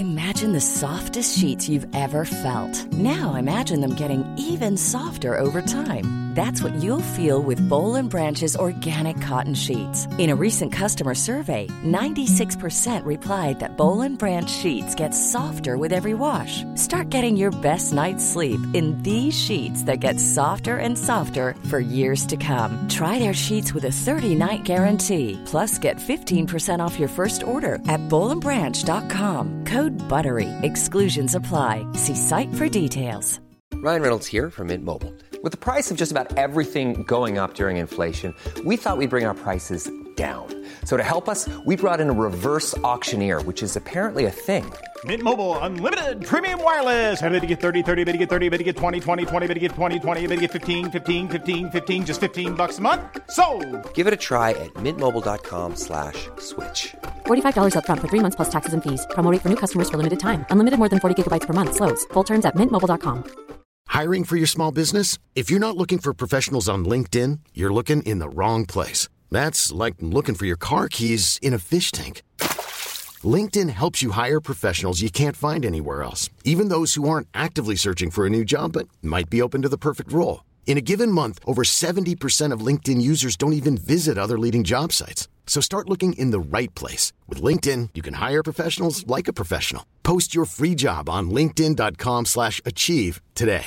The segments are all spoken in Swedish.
Imagine the softest sheets you've ever felt. Now imagine them getting even softer over time. That's what you'll feel with Boll and Branch's organic cotton sheets. In a recent customer survey, 96% replied that Boll and Branch sheets get softer with every wash. Start getting your best night's sleep in these sheets that get softer and softer for years to come. Try their sheets with a 30-night guarantee. Plus, get 15% off your first order at bollandbranch.com. Code BUTTERY. Exclusions apply. See site for details. Ryan Reynolds here from Mint Mobile. With the price of just about everything going up during inflation, we thought we'd bring our prices down. So to help us, we brought in a reverse auctioneer, which is apparently a thing. Mint Mobile Unlimited Premium Wireless. How to get 30, 30, bit to get 30, bit to get 20, 20, 20, bit to get 20, 20, bit to get 15, 15, 15, 15, just $15 a month? Sold! Give it a try at mintmobile.com/switch. $45 up front for 3 months plus taxes and fees. Promo rate for new customers for limited time. Unlimited more than 40 gigabytes per month. Slows full terms at mintmobile.com. Hiring for your small business? If you're not looking for professionals on LinkedIn, you're looking in the wrong place. That's like looking for your car keys in a fish tank. LinkedIn helps you hire professionals you can't find anywhere else, even those who aren't actively searching for a new job but might be open to the perfect role. In a given month, over 70% of LinkedIn users don't even visit other leading job sites. So start looking in the right place. With LinkedIn, you can hire professionals like a professional. Post your free job on linkedin.com/achieve today.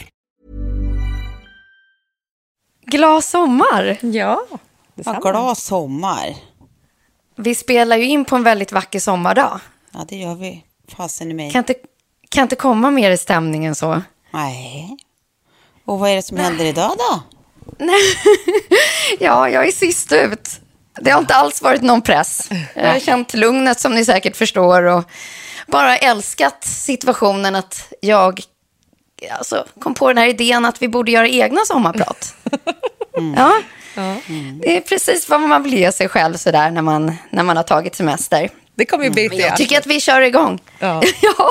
Glad sommar! Ja, glad sommar. Vi spelar ju in på en väldigt vacker sommardag. Ja, det gör vi. Fasen i mig. Kan inte komma mer i stämningen så? Nej. Och vad är det som händer idag då? Ja, jag är sist ut. Det har inte alls varit någon press. Jag har känt lugnet som ni säkert förstår och bara älskat situationen att jag kom på den här idén att vi borde göra egna sommarprat. Ja. Det är precis vad man vill ge sig själv sådär när man har tagit semester. Det kommer ju bli det. Jag tycker att vi kör igång. Ja. Ja.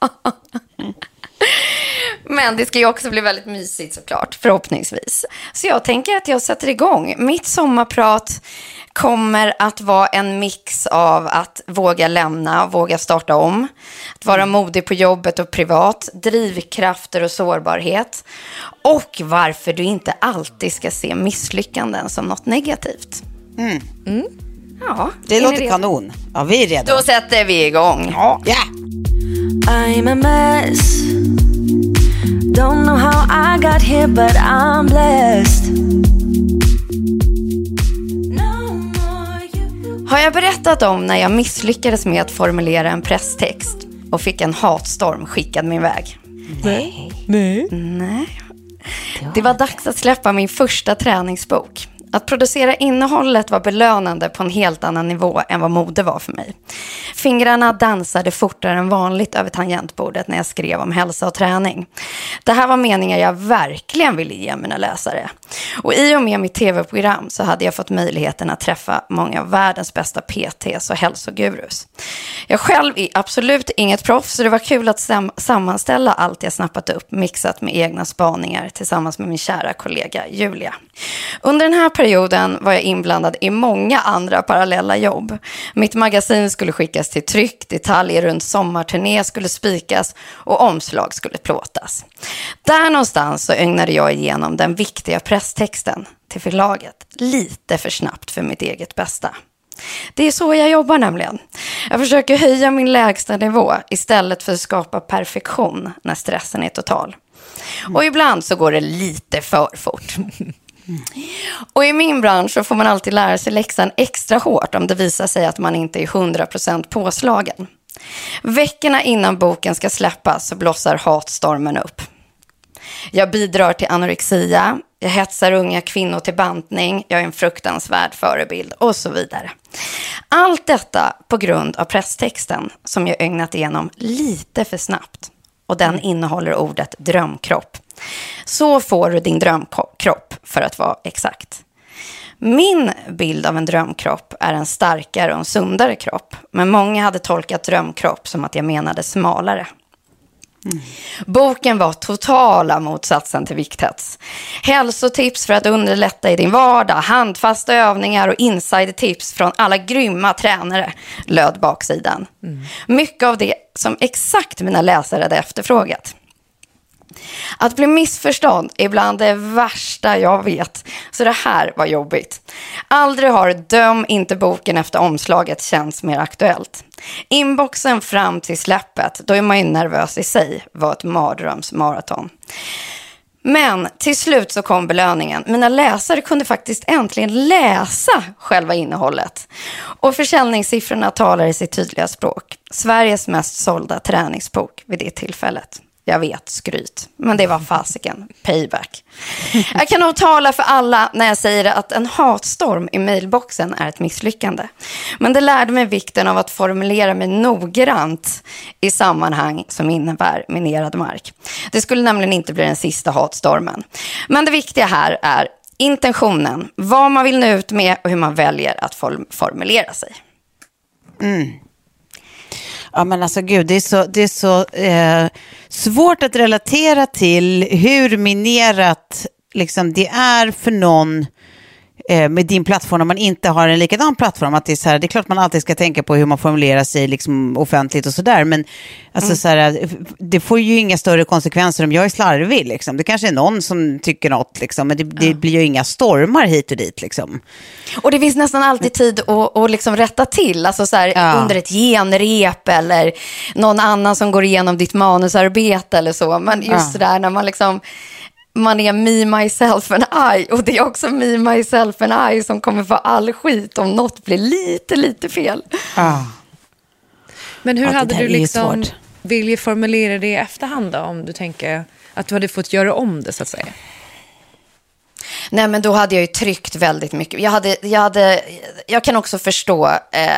Men det ska ju också bli väldigt mysigt såklart, förhoppningsvis. Så jag tänker att jag sätter igång. Mitt sommarprat kommer att vara en mix av att våga lämna, våga starta om. Att vara modig på jobbet och privat, drivkrafter och sårbarhet. Och varför du inte alltid ska se misslyckanden som något negativt. Ja, det låter kanon. Ja, vi är redo. Då sätter vi igång. Ja. Yeah. I'm a mess. Don't know how I got here, but I'm blessed. Har jag berättat om när jag misslyckades med att formulera en presstext och fick en hatstorm skickad min väg? Nej. Det var dags att släppa min första träningsbok. Att producera innehållet var belönande på en helt annan nivå än vad mode var för mig. Fingrarna dansade fortare än vanligt över tangentbordet när jag skrev om hälsa och träning. Det här var meningar jag verkligen ville ge mina läsare. Och i och med mitt tv-program så hade jag fått möjligheten att träffa många av världens bästa PTs och hälsogurus. Jag själv är absolut inget proffs, så det var kul att sammanställa allt jag snappat upp, mixat med egna spaningar tillsammans med min kära kollega Julia. Under den här perioden var jag inblandad i många andra parallella jobb. Mitt magasin skulle skickas till tryck, detaljer runt sommarturné skulle spikas och omslag skulle plåtas. Där någonstans så ägnade jag igenom den viktiga presstexten till förlaget lite för snabbt för mitt eget bästa. Det är så jag jobbar nämligen. Jag försöker höja min lägsta nivå istället för att skapa perfektion när stressen är total. Och ibland så går det lite för fort. Och i min bransch så får man alltid lära sig läxan extra hårt om det visar sig att man inte är 100% påslagen. Veckorna innan boken ska släppas så blossar hatstormen upp. Jag bidrar till anorexia, jag hetsar unga kvinnor till bantning, jag är en fruktansvärd förebild och så vidare. Allt detta på grund av presstexten som jag ägnat igenom lite för snabbt. Och den innehåller ordet drömkropp. Så får du din drömkropp, för att vara exakt. Min bild av en drömkropp är en starkare och en sundare kropp. Men många hade tolkat drömkropp som att jag menade smalare. Boken var totala motsatsen till vikthets. Hälsotips för att underlätta i din vardag, handfasta övningar och insidertips från alla grymma tränare löd baksidan. Mycket av det som exakt mina läsare hade efterfrågat. Att bli missförstådd är ibland det värsta jag vet. Så det här var jobbigt. Aldrig har Döm inte boken efter omslaget känns mer aktuellt. Inboxen fram till släppet, då är man ju nervös i sig, var ett mardrömsmaraton. Men till slut så kom belöningen. Mina läsare kunde faktiskt äntligen läsa själva innehållet. Och försäljningssiffrorna talar i sitt tydliga språk. Sveriges mest sålda träningsbok vid det tillfället. Jag vet, skryt. Men det var fasiken. Payback. Jag kan nog tala för alla när jag säger att en hatstorm i mailboxen är ett misslyckande. Men det lärde mig vikten av att formulera mig noggrant i sammanhang som innebär minerad mark. Det skulle nämligen inte bli den sista hatstormen. Men det viktiga här är intentionen. Vad man vill nå ut med och hur man väljer att formulera sig. Ja, men alltså gud, det är så svårt att relatera till hur minerat liksom, det är för någon med din plattform om man inte har en likadan plattform. Att det är så här, det är klart man alltid ska tänka på hur man formulerar sig liksom, offentligt och sådär. Men alltså, så här, det får ju inga större konsekvenser om jag är slarvig. Liksom. Det kanske är någon som tycker något, liksom, men det blir ju inga stormar hit och dit. Liksom. Och det finns nästan alltid tid att liksom rätta till. Alltså så här, under ett genrep eller någon annan som går igenom ditt manusarbete eller så. Men just det där när man liksom... Man är me, myself and I. Och det är också me, myself and I som kommer få all skit om något blir lite fel. Men hur hade du liksom vilja formulera det i efterhand då, om du tänker att du hade fått göra om det så att säga? Nej, men då hade jag ju tryckt väldigt mycket. Jag kan också förstå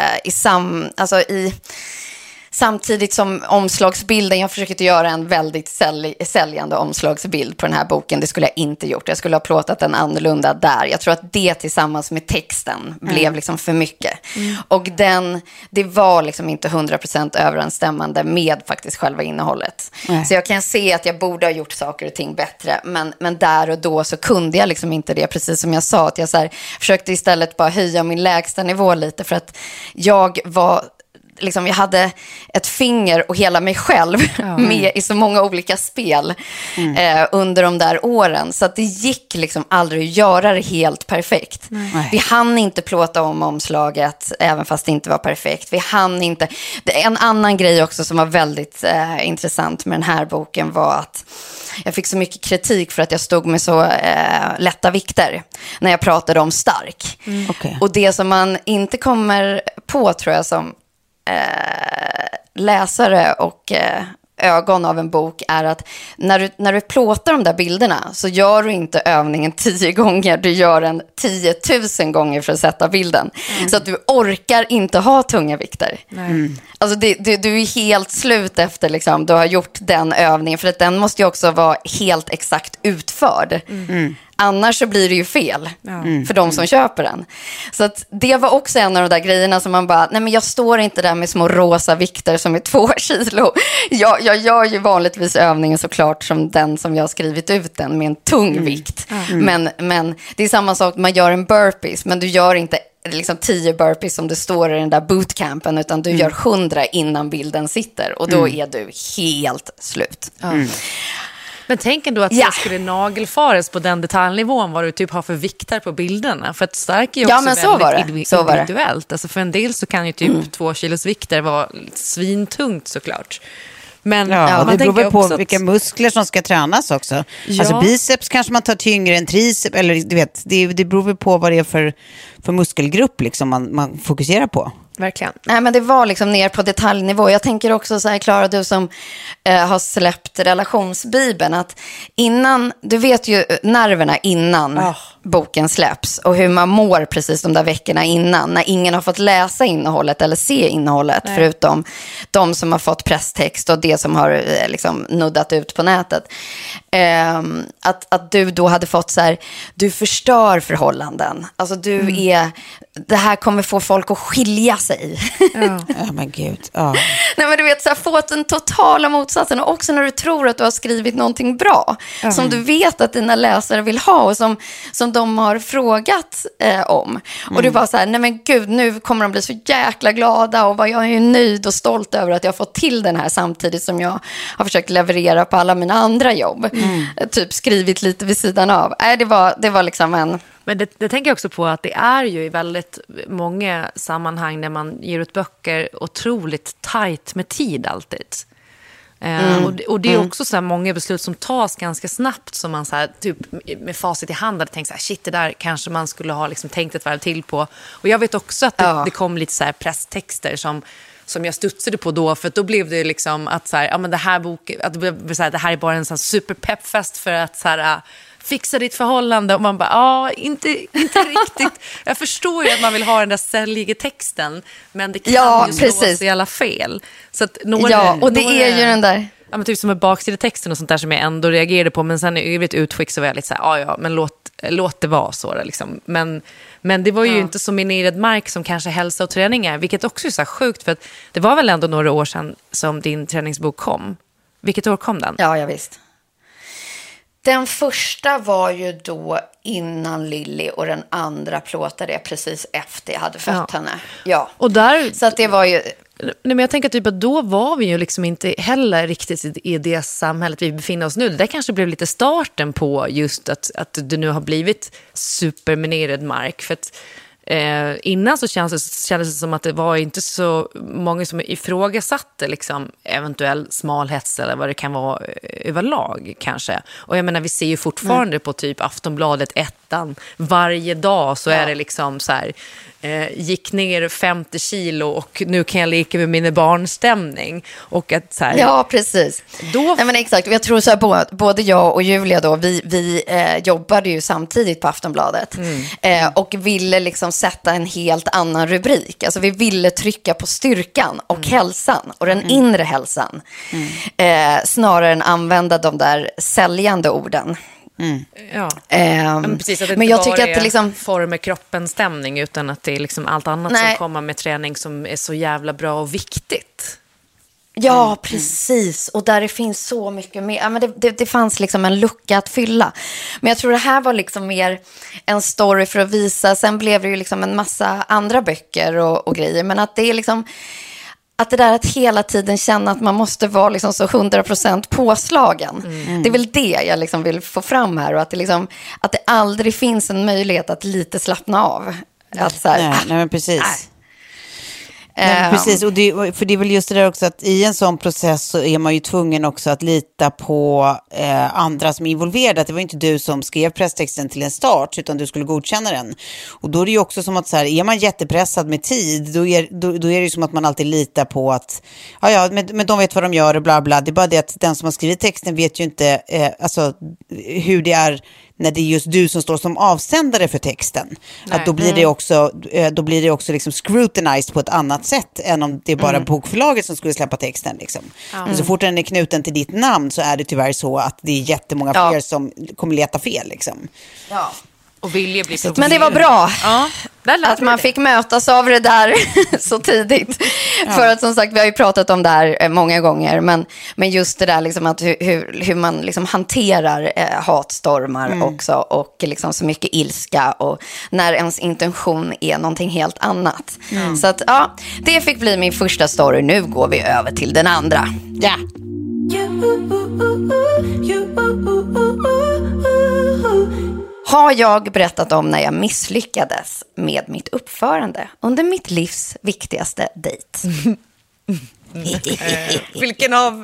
samtidigt som omslagsbilden, jag försökte göra en väldigt säljande omslagsbild på den här boken. Det skulle jag inte gjort. Jag skulle ha plåtat den annorlunda där. Jag tror att det tillsammans med texten blev liksom för mycket. Och det var liksom inte 100% överensstämmande med faktiskt själva innehållet. Så jag kan se att jag borde ha gjort saker och ting bättre. Men där och då så kunde jag liksom inte det. Precis som jag sa, att jag så här, försökte istället bara höja min lägsta nivå lite. För att jag hade ett finger och hela mig själv med i så många olika spel under de där åren. Så att det gick liksom aldrig att göra det helt perfekt. Vi hann inte plåta om omslaget, även fast det inte var perfekt. Vi hann inte. En annan grej också som var väldigt intressant med den här boken var att jag fick så mycket kritik för att jag stod med så lätta vikter när jag pratade om stark. Och det som man inte kommer på, tror jag, som läsare och ögon av en bok är att när du plåtar de där bilderna så gör du inte övningen 10 gånger, du gör den 10 000 gånger för att sätta bilden. Så att du orkar inte ha tunga vikter. Alltså du är helt slut efter liksom, du har gjort den övningen, för att den måste ju också vara helt exakt utförd. Annars så blir det ju fel för de som köper den. Så att det var också en av de där grejerna som man bara, nej men jag står inte där med små rosa vikter som är 2 kilo. Jag gör ju vanligtvis övningen såklart som den som jag har skrivit ut den med en tung vikt. Men det är samma sak, man gör en burpees, men du gör inte liksom 10 burpees som det står i den där bootcampen, utan du gör 100 innan bilden sitter, och då är du helt slut. Men tänk ändå att det skulle nagelfares på den detaljnivån vad du typ har för vikter på bilderna. För att stark är också väldigt individuellt. Alltså för en del så kan ju typ 2 kilos vikter vara svintungt såklart. Men det beror väl på vilka muskler som ska tränas också. Alltså biceps kanske man tar tyngre än triceps, eller du vet, det beror väl på vad det är för muskelgrupp liksom man fokuserar på. Verkligen. Nej, men det var liksom ner på detaljnivå. Jag tänker också så här, Klara, du som har släppt relationsbibeln, att innan, du vet ju nerverna innan boken släpps och hur man mår precis de där veckorna innan, när ingen har fått läsa innehållet eller se innehållet, förutom de som har fått presstext och det som har liksom nuddat ut på nätet. Att du då hade fått så här, du förstör förhållanden. Alltså det här kommer få folk att skilja sig. Ja, men gud. Nej, men du vet, så här, få den totala motsatsen. Och också när du tror att du har skrivit någonting bra, som du vet att dina läsare vill ha, och som som de har frågat om. Och det var så här, nej men gud, nu kommer de bli så jäkla glada och jag är ju nöjd och stolt över att jag har fått till den här samtidigt som jag har försökt leverera på alla mina andra jobb. Typ skrivit lite vid sidan av. Det var liksom en... Men det tänker jag också på att det är ju i väldigt många sammanhang när man ger ut böcker otroligt tajt med tid alltid. Och det är också så här många beslut som tas ganska snabbt som man så här, typ med facit i hand hade tänkt så här, shit, det där kanske man skulle ha liksom tänkt ett varv till på. Och jag vet också att det kom lite så här presstexter som jag studsade på då, för då blev det liksom att så här, ja men det här boken, att det blev så här, det här är bara en sån superpeppfest för att så här fixa ditt förhållande, och man bara, inte riktigt. Jag förstår ju att man vill ha den där säljiga texten, men det kan ju slås i alla fel. Så att och det är ju den där... Ja, men typ som med baksidetexten och sånt där som jag ändå reagerade på, men sen i övrigt utskick så var jag lite så här, men låt det vara så där, liksom. Men det var ju inte så minerad mark som kanske hälsa och träning är, vilket också är så här sjukt, för att det var väl ändå några år sedan som din träningsbok kom. Vilket år kom den? Ja, visst. Den första var ju då innan Lilly och den andra plåtade jag precis efter jag hade fött henne. Ja. Och där... Så att det var ju... Nej, men jag tänker typ att då var vi ju liksom inte heller riktigt i det samhället vi befinner oss nu. Det där kanske blev lite starten på just att det nu har blivit superminerad mark. För att innan så kändes det som att det var inte så många som ifrågasatte liksom eventuell smalhets eller vad det kan vara överlag kanske. Och jag menar, vi ser ju fortfarande på typ Aftonbladet 1:an varje dag så är det liksom så här, gick ner 50 kilo och nu kan jag leka med mina barnstämning. Och att så här, ja, precis. Nej, men exakt. Jag tror så här, både jag och Julia då, vi jobbade ju samtidigt på Aftonbladet och ville liksom sätta en helt annan rubrik. Alltså vi ville trycka på styrkan och hälsan och den inre hälsan snarare än använda de där säljande orden. Men precis, att det men inte jag bara tycker att det liksom former kroppens stämning, utan att det är liksom allt annat som kommer med träning som är så jävla bra och viktigt. Ja, precis. Och där det finns så mycket mer. Ja, men det fanns liksom en lucka att fylla. Men jag tror det här var liksom mer en story för att visa. Sen blev det ju liksom en massa andra böcker och grejer. Men att det är liksom... Att det där att hela tiden känna att man måste vara liksom så 100% påslagen. Det är väl det jag liksom vill få fram här. Och att det, liksom, att det aldrig finns en möjlighet att lite slappna av. Att så här, nej, men precis. Nej, precis, och för det är väl just det där också att i en sån process så är man ju tvungen också att lita på andra som är involverade. Det var inte du som skrev presstexten till en start utan du skulle godkänna den. Och då är det ju också som att så här, är man jättepressad med tid då är det ju som att man alltid litar på att men de vet vad de gör och bla bla. Det är bara det att den som har skrivit texten vet ju inte alltså, hur det är när det är just du som står som avsändare för texten. Att då blir det också liksom scrutinized på ett annat sätt än om det är bara bokförlaget som skulle släppa texten. Liksom. Men så fort den är knuten till ditt namn så är det tyvärr så att det är jättemånga fler som kommer leta fel. Liksom. Ja. Och vilja bli men det var bra att man fick mötas av det där så tidigt. För att som sagt, vi har ju pratat om det här många gånger. Men just det där liksom att hur man liksom hanterar hatstormar också. Och liksom så mycket ilska. Och när ens intention är någonting helt annat. Så att det fick bli min första story. Nu går vi över till den andra. Ja. Har jag berättat om när jag misslyckades med mitt uppförande under mitt livs viktigaste dejt? Vilken av...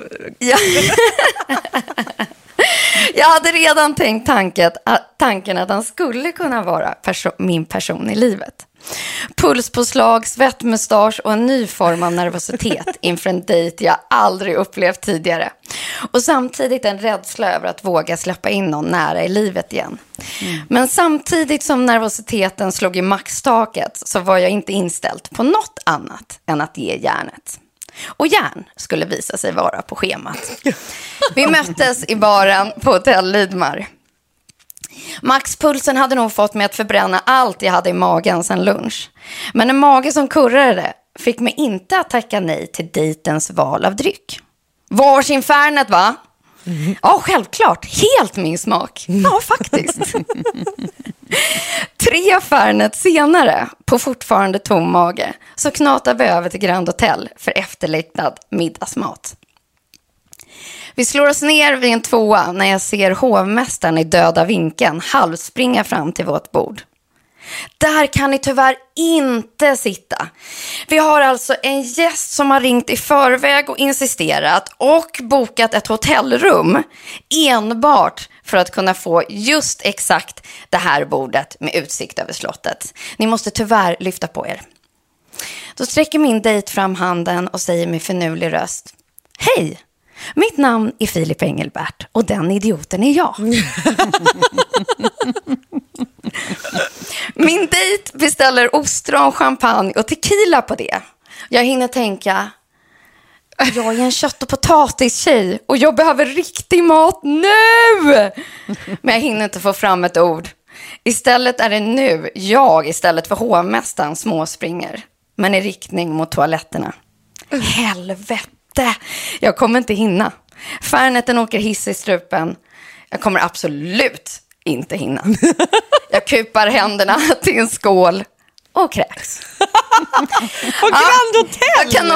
Jag hade redan tänkt tanken att han skulle kunna vara min person i livet. Pulspåslag, svettmustasch och en ny form av nervositet inför en dejt jag aldrig upplevt tidigare. Och samtidigt en rädsla över att våga släppa in någon nära i livet igen. Men samtidigt som nervositeten slog i maxtaket så var jag inte inställd på något annat än att ge järnet. Och järn skulle visa sig vara på schemat. Vi möttes i baren på Hotell Lidmar. Maxpulsen hade nog fått mig att förbränna allt jag hade i magen sedan lunch. Men en mage som kurrade fick mig inte att tacka nej till dejtens val av dryck. Varsin Fernet, va? Ja, självklart. Helt min smak. Ja, faktiskt. 3 Fernet senare, på fortfarande tom mage, så knatar vi över till Grand Hotel för efterlängtad middagsmat. Vi slår oss ner vid en 2 när jag ser hovmästaren i döda vinkeln halvspringa fram till vårt bord. Där kan ni tyvärr inte sitta. Vi har alltså en gäst som har ringt i förväg och insisterat och bokat ett hotellrum enbart för att kunna få just exakt det här bordet med utsikt över slottet. Ni måste tyvärr lyfta på er. Då sträcker min dejt fram handen och säger med finurlig röst: Hej! Mitt namn är Filip Engelbert och den idioten är jag. Min dejt beställer ostron, champagne och tequila på det. Jag hinner tänka: jag är en kött- och potatistjej och jag behöver riktig mat nu. Men jag hinner inte få fram ett ord. Istället är det nu jag istället för hovmästaren småspringer, men i riktning mot toaletterna. Helvete! Jag kommer inte hinna. Färneten åker hiss i strupen. Jag kommer absolut inte hinna. Jag kupar händerna till en skål och kräks. På Grand Hotel!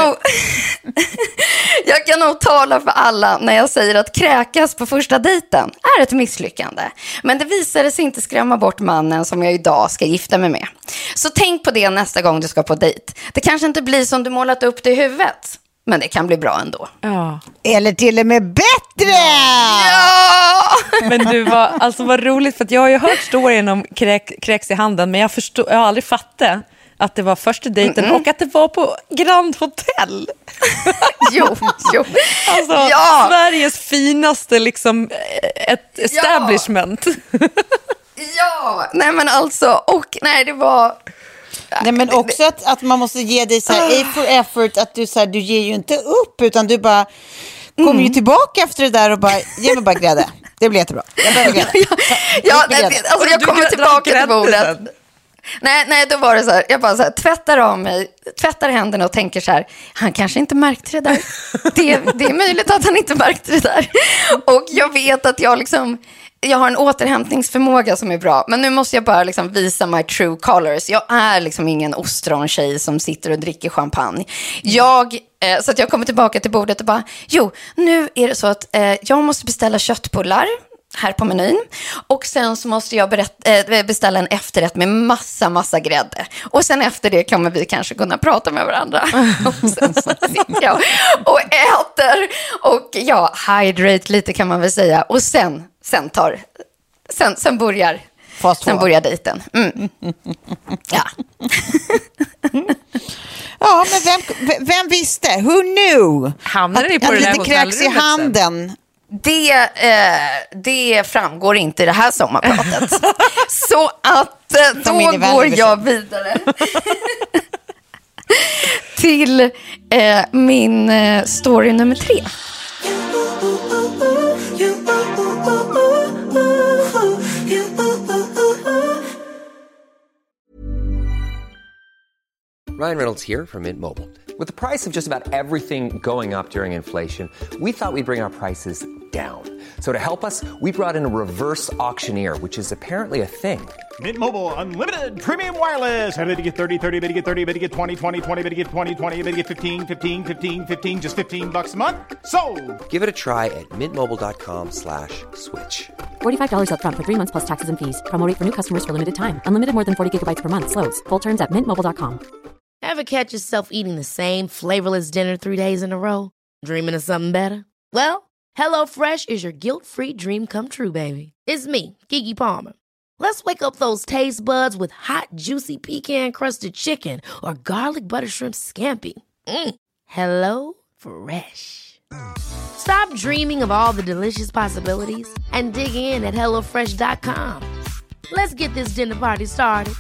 Jag kan nog tala för alla när jag säger att kräkas på första dejten är ett misslyckande. Men det visade sig inte skrämma bort mannen som jag idag ska gifta mig med. Så tänk på det nästa gång du ska på dejt. Det kanske inte blir som du målat upp det i huvudet, men det kan bli bra ändå. Ja. Eller till och med bättre! Ja! Men du, vad roligt, för att jag har ju hört storyn om kräks i handen, men jag har aldrig fattat att det var första dejten och att det var på Grand Hotel. Jo. Alltså, ja. Sveriges finaste liksom, ett establishment. Ja, nej men alltså, och nej det var... Nej, men också att man måste ge dig så här, A for effort, att du, så här, du ger ju inte upp, utan du bara kommer ju tillbaka efter det där och bara, ge mig bara grädde. Det blir jättebra. Jag behöver grädde. Alltså jag kommer tillbaka till bordet. Nej, då var det så här, jag bara så här, tvättar händerna och tänker så här, han kanske inte märkte det där. Det är möjligt att han inte märkte det där. Och jag vet att jag har en återhämtningsförmåga som är bra. Men nu måste jag bara liksom visa my true colors. Jag är liksom ingen ostrontjej som sitter och dricker champagne. Så att jag kommer tillbaka till bordet och bara, nu är det så att jag måste beställa köttbullar här på menyn. Och sen så måste jag beställa en efterrätt med massa grädde. Och sen efter det kommer vi kanske kunna prata med varandra. Och sen så sitter jag och äter. Och hydrate lite kan man väl säga. Och sen börjar dejten. Ja. Ja, men vem visste? Who knew? Hamnade ni på det där lite kräks i handen. Det framgår inte i det här sommarpratet. Så att då går jag vidare till min story nummer 3. Ryan Reynolds here from Mint Mobile. With the price of just about everything going up during inflation, we thought we'd bring our prices down. So to help us, we brought in a reverse auctioneer, which is apparently a thing. Mint Mobile Unlimited Premium Wireless. How to get 30, 30, bit to get 30, bit to get 20, 20, 20, bit to get 20, 20, bit to get 15, 15, 15, 15, just $15 a month? Sold! Give it a try at mintmobile.com/switch. $45 up front for 3 months plus taxes and fees. Promo rate for new customers for limited time. Unlimited more than 40 gigabytes per month. Slows full terms at mintmobile.com. Ever catch yourself eating the same flavorless dinner 3 days in a row? Dreaming of something better? Well, HelloFresh is your guilt-free dream come true, baby. It's me, Keke Palmer. Let's wake up those taste buds with hot, juicy pecan-crusted chicken or garlic butter shrimp scampi. Hello Fresh. Stop dreaming of all the delicious possibilities and dig in at HelloFresh.com. Let's get this dinner party started.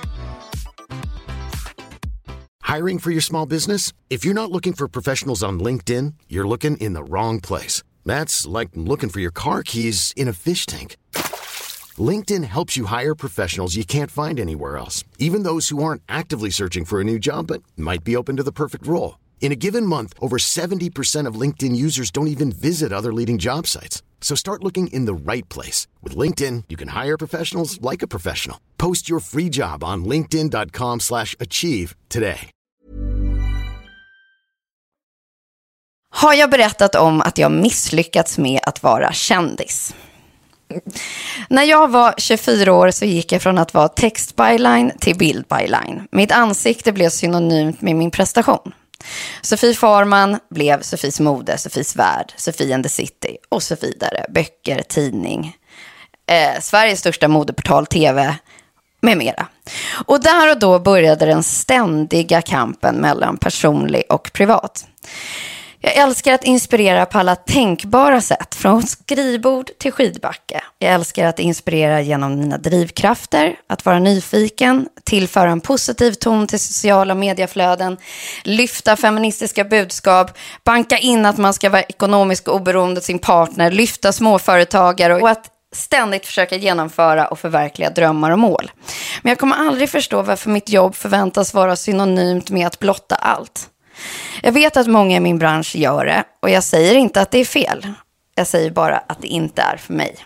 Hiring for your small business? If you're not looking for professionals on LinkedIn, you're looking in the wrong place. That's like looking for your car keys in a fish tank. LinkedIn helps you hire professionals you can't find anywhere else, even those who aren't actively searching for a new job but might be open to the perfect role. In a given month, over 70% of LinkedIn users don't even visit other leading job sites. So start looking in the right place. With LinkedIn, you can hire professionals like a professional. Post your free job on linkedin.com/achieve today. Har jag berättat om att jag misslyckats med att vara kändis? När jag var 24 år så gick jag från att vara textbyline till bildbyline. Mitt ansikte blev synonymt med min prestation. Sofie Farman blev Sofies mode, Sofies värld, Sofie and the City och så vidare. Böcker, tidning, Sveriges största modeportal, tv med mera. Och där och då började den ständiga kampen mellan personlig och privat. Jag älskar att inspirera på alla tänkbara sätt, från skrivbord till skidbacke. Jag älskar att inspirera genom mina drivkrafter, att vara nyfiken, tillföra en positiv ton till sociala medieflöden, lyfta feministiska budskap, banka in att man ska vara ekonomiskt oberoende av sin partner, lyfta småföretagare och att ständigt försöka genomföra och förverkliga drömmar och mål. Men jag kommer aldrig förstå varför mitt jobb förväntas vara synonymt med att blotta allt. Jag vet att många i min bransch gör det och jag säger inte att det är fel. Jag säger bara att det inte är för mig.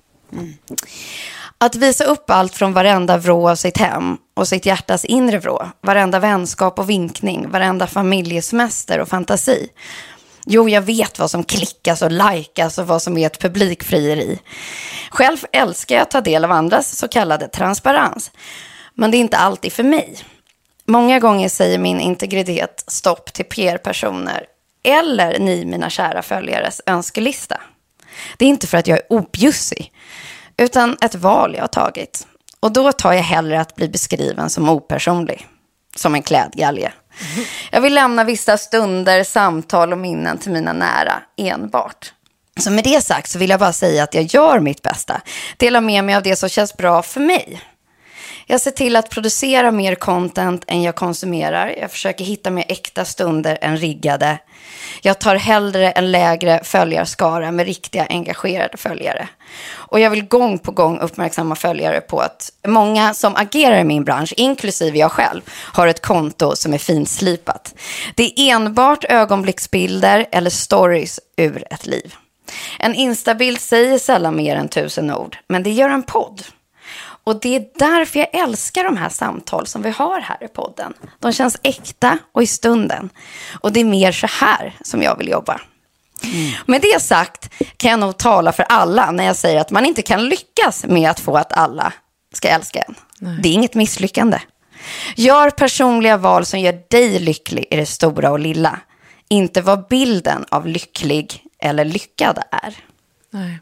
Att visa upp allt från varenda vrå av sitt hem och sitt hjärtas inre vrå, varenda vänskap och vinkning, varenda familjesemester och fantasi. Jo, jag vet vad som klickas och likas och vad som är ett publikfrieri. Själv älskar jag att ta del av andras så kallade transparens. Men det är inte alltid för mig. Många gånger säger min integritet stopp till PR-personer eller ni, mina kära följares, önskelista. Det är inte för att jag är objussig, utan ett val jag har tagit. Och då tar jag hellre att bli beskriven som opersonlig, som en klädgalge. Jag vill lämna vissa stunder, samtal och minnen till mina nära enbart. Så med det sagt så vill jag bara säga att jag gör mitt bästa. Delar med mig av det som känns bra för mig. Jag ser till att producera mer content än jag konsumerar. Jag försöker hitta mer äkta stunder än riggade. Jag tar hellre en lägre följarskara med riktiga engagerade följare. Och jag vill gång på gång uppmärksamma följare på att många som agerar i min bransch, inklusive jag själv, har ett konto som är finslipat. Det är enbart ögonblicksbilder eller stories ur ett liv. En instabild säger sällan mer än 1000 ord, men det gör en podd. Och det är därför jag älskar de här samtal som vi har här i podden. De känns äkta och i stunden. Och det är mer så här som jag vill jobba. Med det sagt kan jag nog tala för alla när jag säger att man inte kan lyckas med att få att alla ska älska en. Nej. Det är inget misslyckande. Gör personliga val som gör dig lycklig i det stora och lilla. Inte vad bilden av lycklig eller lyckad är. Nej.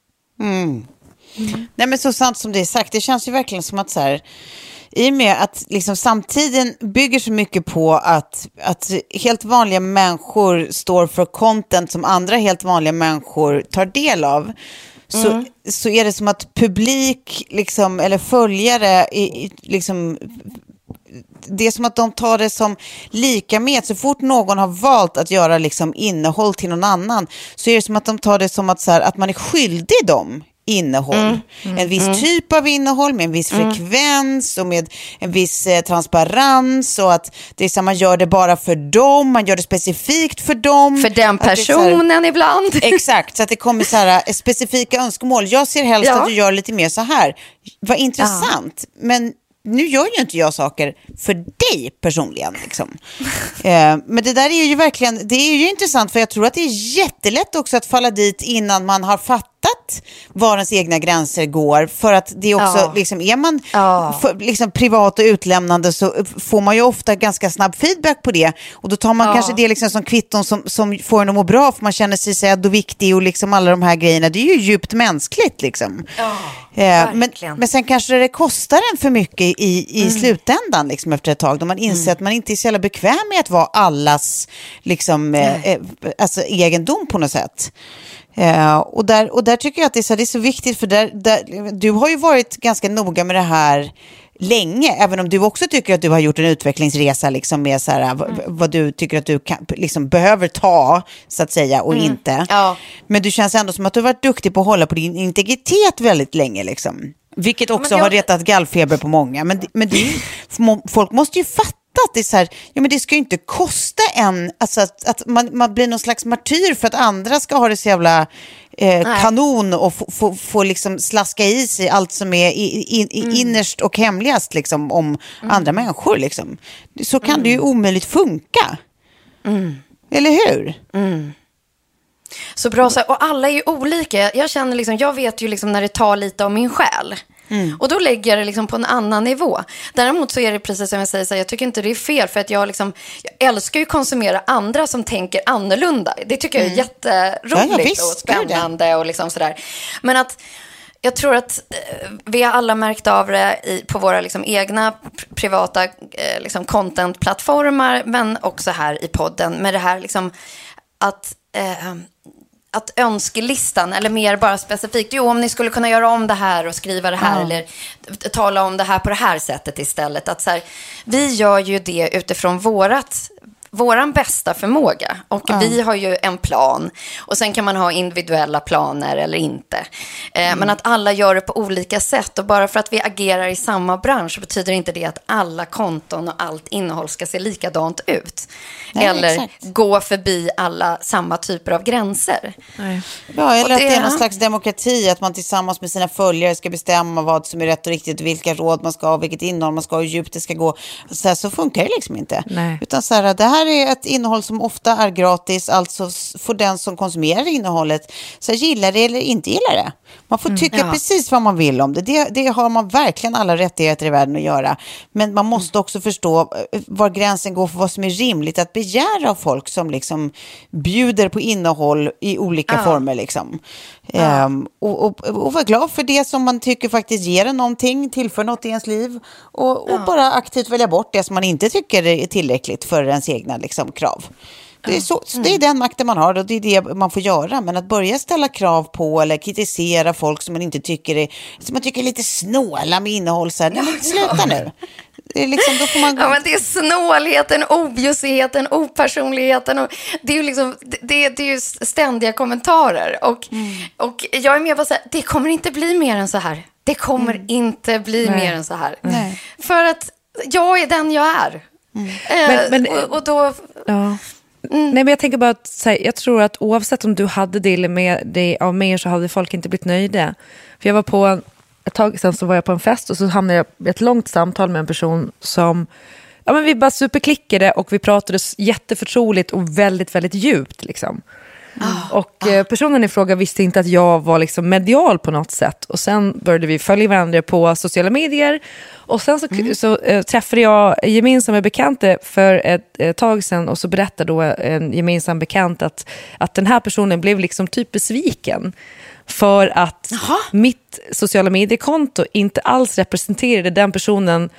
Nej, men så sant som det är sagt, det känns ju verkligen som att så här, i och med att liksom samtiden bygger så mycket på att helt vanliga människor står för content som andra helt vanliga människor tar del av, så är det som att publik liksom, eller följare liksom, det är som att de tar det som lika med. Så fort någon har valt att göra liksom innehåll till någon annan, så är det som att de tar det som att, så här, att man är skyldig dem innehåll. En viss typ av innehåll med en viss frekvens och med en viss transparens, och att det är så, man gör det bara för dem, man gör det specifikt för dem. För den personen här, ibland. Exakt, så att det kommer så här specifika önskemål. Jag ser helst att du gör lite mer så här. Vad intressant. Men nu gör ju inte jag saker för dig personligen liksom. Men det där är ju verkligen, det är ju intressant, för jag tror att det är jättelätt också att falla dit innan man har fattat var ens egna gränser går, för att det är också liksom, är man liksom privat och utlämnande, så får man ju ofta ganska snabb feedback på det, och då tar man kanske det liksom som kvitton som får en att må bra, för man känner sig sedd och viktig och liksom alla de här grejerna, det är ju djupt mänskligt liksom. Men sen kanske det kostar en för mycket i slutändan liksom, efter ett tag, då man inser att man inte är så jävla bekväm med att vara allas liksom, alltså egendom på något sätt. Och där tycker jag att det är så viktigt, för där, du har ju varit ganska noga med det här länge, även om du också tycker att du har gjort en utvecklingsresa liksom, med så här, vad du tycker att du kan, liksom, behöver ta så att säga och inte. Men du känns ändå som att du har varit duktig på att hålla på din integritet väldigt länge liksom. Vilket också har retat gallfeber på många. Men det, folk måste ju fatta att det är så här, ja men det ska ju inte kosta alltså att man blir någon slags martyr för att andra ska ha det så jävla kanon och få liksom slaska i sig allt som är innerst och hemligast liksom om andra människor liksom. Så kan det ju omöjligt funka. Eller hur? Så bra, och alla är ju olika. Jag känner liksom, jag vet ju liksom när det tar lite av min själ. Och då lägger jag det liksom på en annan nivå. Däremot så är det precis som jag säger, så jag tycker inte det är fel, för att jag älskar ju konsumera andra som tänker annorlunda. Det tycker jag är jätteroligt och spännande och liksom sådär. Men att jag tror att vi har alla märkt av det på våra liksom egna privata liksom content-plattformar, men också här i podden med det här liksom att önskelistan, eller mer bara specifikt, om ni skulle kunna göra om det här och skriva det här eller tala om det här på det här sättet istället. Att så här, vi gör ju det utifrån våran bästa förmåga, och vi har ju en plan, och sen kan man ha individuella planer eller inte. Men att alla gör det på olika sätt, och bara för att vi agerar i samma bransch så betyder inte det att alla konton och allt innehåll ska se likadant ut. Nej, eller exakt. Gå förbi alla samma typer av gränser. Nej. Ja, eller att det är någon slags demokrati, att man tillsammans med sina följare ska bestämma vad som är rätt och riktigt, vilka råd man ska ha, vilket innehåll man ska ha, hur djupt det ska gå. Så funkar det liksom inte. Nej. Utan så här, det här är ett innehåll som ofta är gratis, alltså får den som konsumerar innehållet så gillar det eller inte gillar det. Man får tycka precis vad man vill om det. Det har man verkligen alla rättigheter i världen att göra. Men man måste också förstå var gränsen går för vad som är rimligt att begära av folk som liksom bjuder på innehåll i olika former liksom. Och vara glad för det som man tycker faktiskt ger en någonting, tillför något i ens liv, och bara aktivt välja bort det som man inte tycker är tillräckligt för ens egna liksom, krav. Det är, det är den makten man har, och det är det man får göra. Men att börja ställa krav på eller kritisera folk som man inte tycker som man tycker är lite snåla med innehåll, så här, nej, men sluta nu. Det är liksom, då får man... Ja, men det är snålheten, objussigheten, opersonligheten, och det är ju liksom, det är ju ständiga kommentarer, och jag är med på så här, det kommer inte bli mer än så här. Det kommer inte bli mer än så här. Nej. För att jag är den jag är. Och då... Ja. Nej, men jag tänker bara att jag tror att oavsett om du hade del med dig av mer, så hade folk inte blivit nöjda. För jag var på ett tag sedan, så var jag på en fest, och så hamnade jag i ett långt samtal med en person som, ja men vi bara superklickade, och vi pratade jätteförtroligt och väldigt, väldigt djupt liksom. Och personen i fråga visste inte att jag var liksom medial på något sätt. Och sen började vi följa varandra på sociala medier. Och sen så träffade jag gemensamma bekanta för ett tag sedan. Och så berättade då en gemensam bekant att den här personen blev liksom typ besviken. För att mitt sociala mediekonto inte alls representerade den personen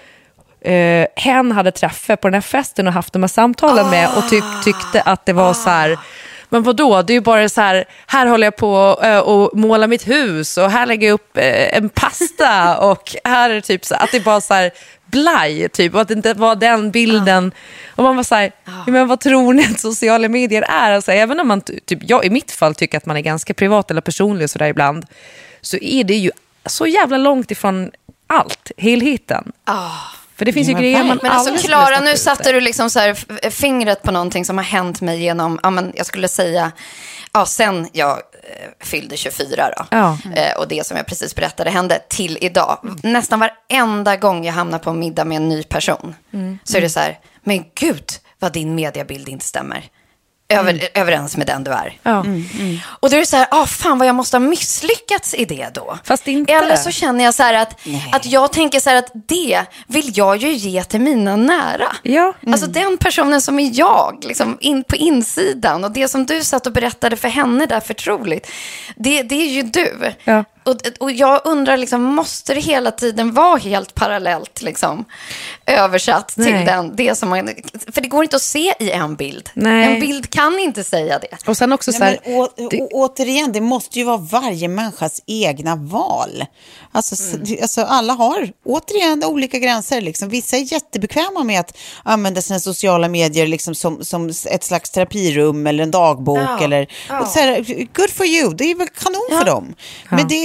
hen hade träffat på den här festen och haft de här samtalen med. Och tyckte att det var så här... Men vadå? Det är ju bara så här håller jag på och måla mitt hus, och här lägger jag upp en pasta, och här är det typ så att det är bara så här blaj typ, och att det inte var den bilden. Och man var så här, men vad tror ni att sociala medier är? Alltså, även om man typ, jag i mitt fall tycker att man är ganska privat eller personlig så där ibland, så är det ju så jävla långt ifrån allt, helheten. För det finns ju grejer man... Men alltså Klara, nu satte du liksom så här fingret på någonting som har hänt mig genom, jag skulle säga, sen jag fyllde 24 då. Och det som jag precis berättade hände till idag. Nästan varenda gång jag hamnar på en middag med en ny person så är det så här, men gud vad din mediebild inte stämmer. Överens med den du är. Och då är det så här, fan vad jag måste ha misslyckats i det då. Fast inte. Eller så känner jag så här att jag tänker så här att det vill jag ju ge till mina nära. Alltså den personen som är jag, liksom på insidan, och det som du satt och berättade för henne där förtroligt, det är ju du. Och jag undrar liksom, måste det hela tiden vara helt parallellt liksom, översatt till det som man, för det går inte att se i en bild. En bild kan inte säga det. Och sen också så här, återigen, det måste ju vara varje människas egna val. Alltså alla har återigen olika gränser liksom. Vissa är jättebekväma med att använda sina sociala medier liksom som ett slags terapirum eller en dagbok eller och så här, good for you, det är väl kanon för dem. Men det är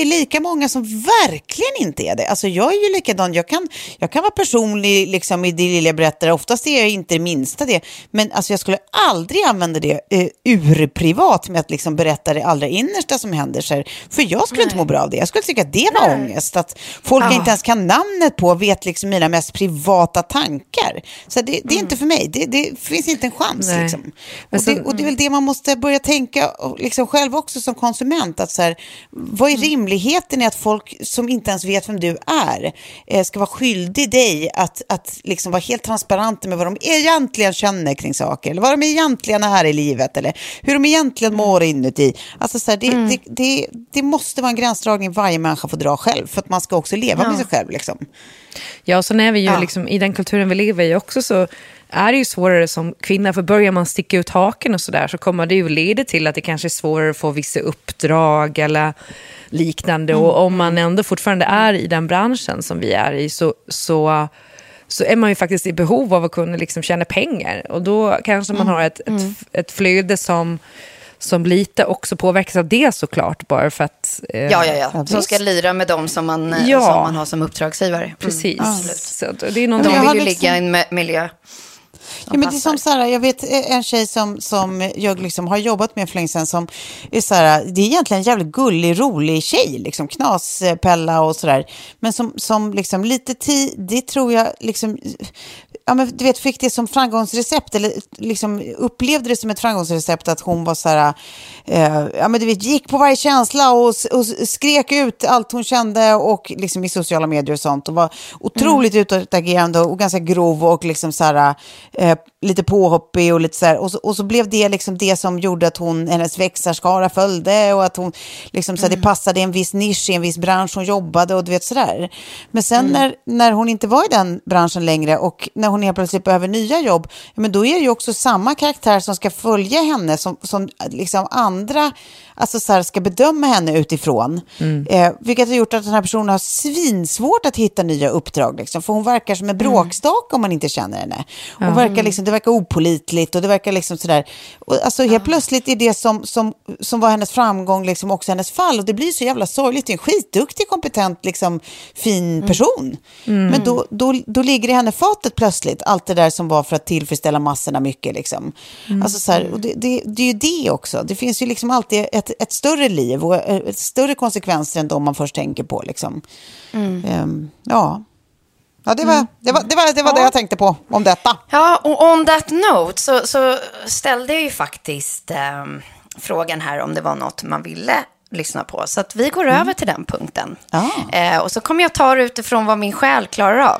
är lika många som verkligen inte är det. Alltså jag är ju likadan. Jag kan vara personlig liksom i det lilla jag berättar. Oftast är jag inte det minsta det. Men alltså jag skulle aldrig använda det urprivat med att liksom berätta det allra innersta som händer. Så här. För jag skulle inte må bra av det. Jag skulle tycka att det var ångest. Att folk inte ens kan namnet på vet liksom mina mest privata tankar. Så det är inte för mig. Det finns inte en chans. Liksom. Och det är väl det man måste börja tänka liksom själv också som konsument. Att så här, vad är rimligheten i att folk som inte ens vet vem du är ska vara skyldig dig att liksom vara helt transparenta med vad de egentligen känner kring saker. Eller vad de egentligen är i livet. Eller hur de egentligen mår inuti. Alltså så här, det måste vara en gränsdragning varje människa får dra själv. För att man ska också leva med sig själv. Liksom. Ja, och så när vi ju liksom, i den kulturen vi lever i också så är det ju svårare som kvinna, för börjar man sticka ut haken och sådär så kommer det ju leda till att det kanske är svårare att få vissa uppdrag eller liknande. Och om man ändå fortfarande är i den branschen som vi är i så är man ju faktiskt i behov av att kunna liksom tjäna pengar. Och då kanske man har ett flöde som lite också påverkas av det såklart, bara för att... Som ska lira med dem som man har som uppdragsgivare. Precis. Så det är de vill ju ligga i en miljö. Ja, men det är som så här, jag vet en tjej som jag liksom har jobbat med för länge sedan som är så här, det är egentligen en jävligt gullig, rolig tjej, liksom knaspella och sådär. Men som liksom lite det tror jag liksom, ja men du vet, fick det som framgångsrecept eller liksom upplevde det som ett framgångsrecept att hon var så här, ja men du vet, gick på varje känsla och skrek ut allt hon kände och liksom i sociala medier och sånt och var otroligt utåtagerande och ganska grov och liksom så här lite påhoppig och lite så här, och så blev det liksom det som gjorde att hennes växarskara följde och att hon liksom så här, det passade i en viss nisch i en viss bransch hon jobbade och du vet sådär. Men sen när hon inte var i den branschen längre och när hon helt plötsligt behöver nya jobb, ja, men då är det ju också samma karaktär som ska följa henne som liksom andra alltså så här, ska bedöma henne utifrån. Vilket har gjort att den här personen har svinsvårt att hitta nya uppdrag liksom, för hon verkar som en bråkstake om man inte känner henne. Hon verkar liksom, det verkar opålitligt och det verkar liksom sådär, och alltså helt plötsligt är det som var hennes framgång liksom också hennes fall, och det blir så jävla sorgligt. Det är en skitduktig, kompetent liksom fin person. Men då ligger i henne fatet plötsligt allt det där som var för att tillfredsställa massorna mycket liksom. Alltså så här, och det är ju det också. Det finns ju liksom alltid ett större liv och ett större konsekvenser än de man först tänker på liksom. Ja, det var det jag tänkte på om detta. Ja, och on that note så ställde jag ju faktiskt frågan här om det var något man ville lyssna på. Så att vi går över till den punkten. Och så kommer jag ta det utifrån vad min själ klarar av.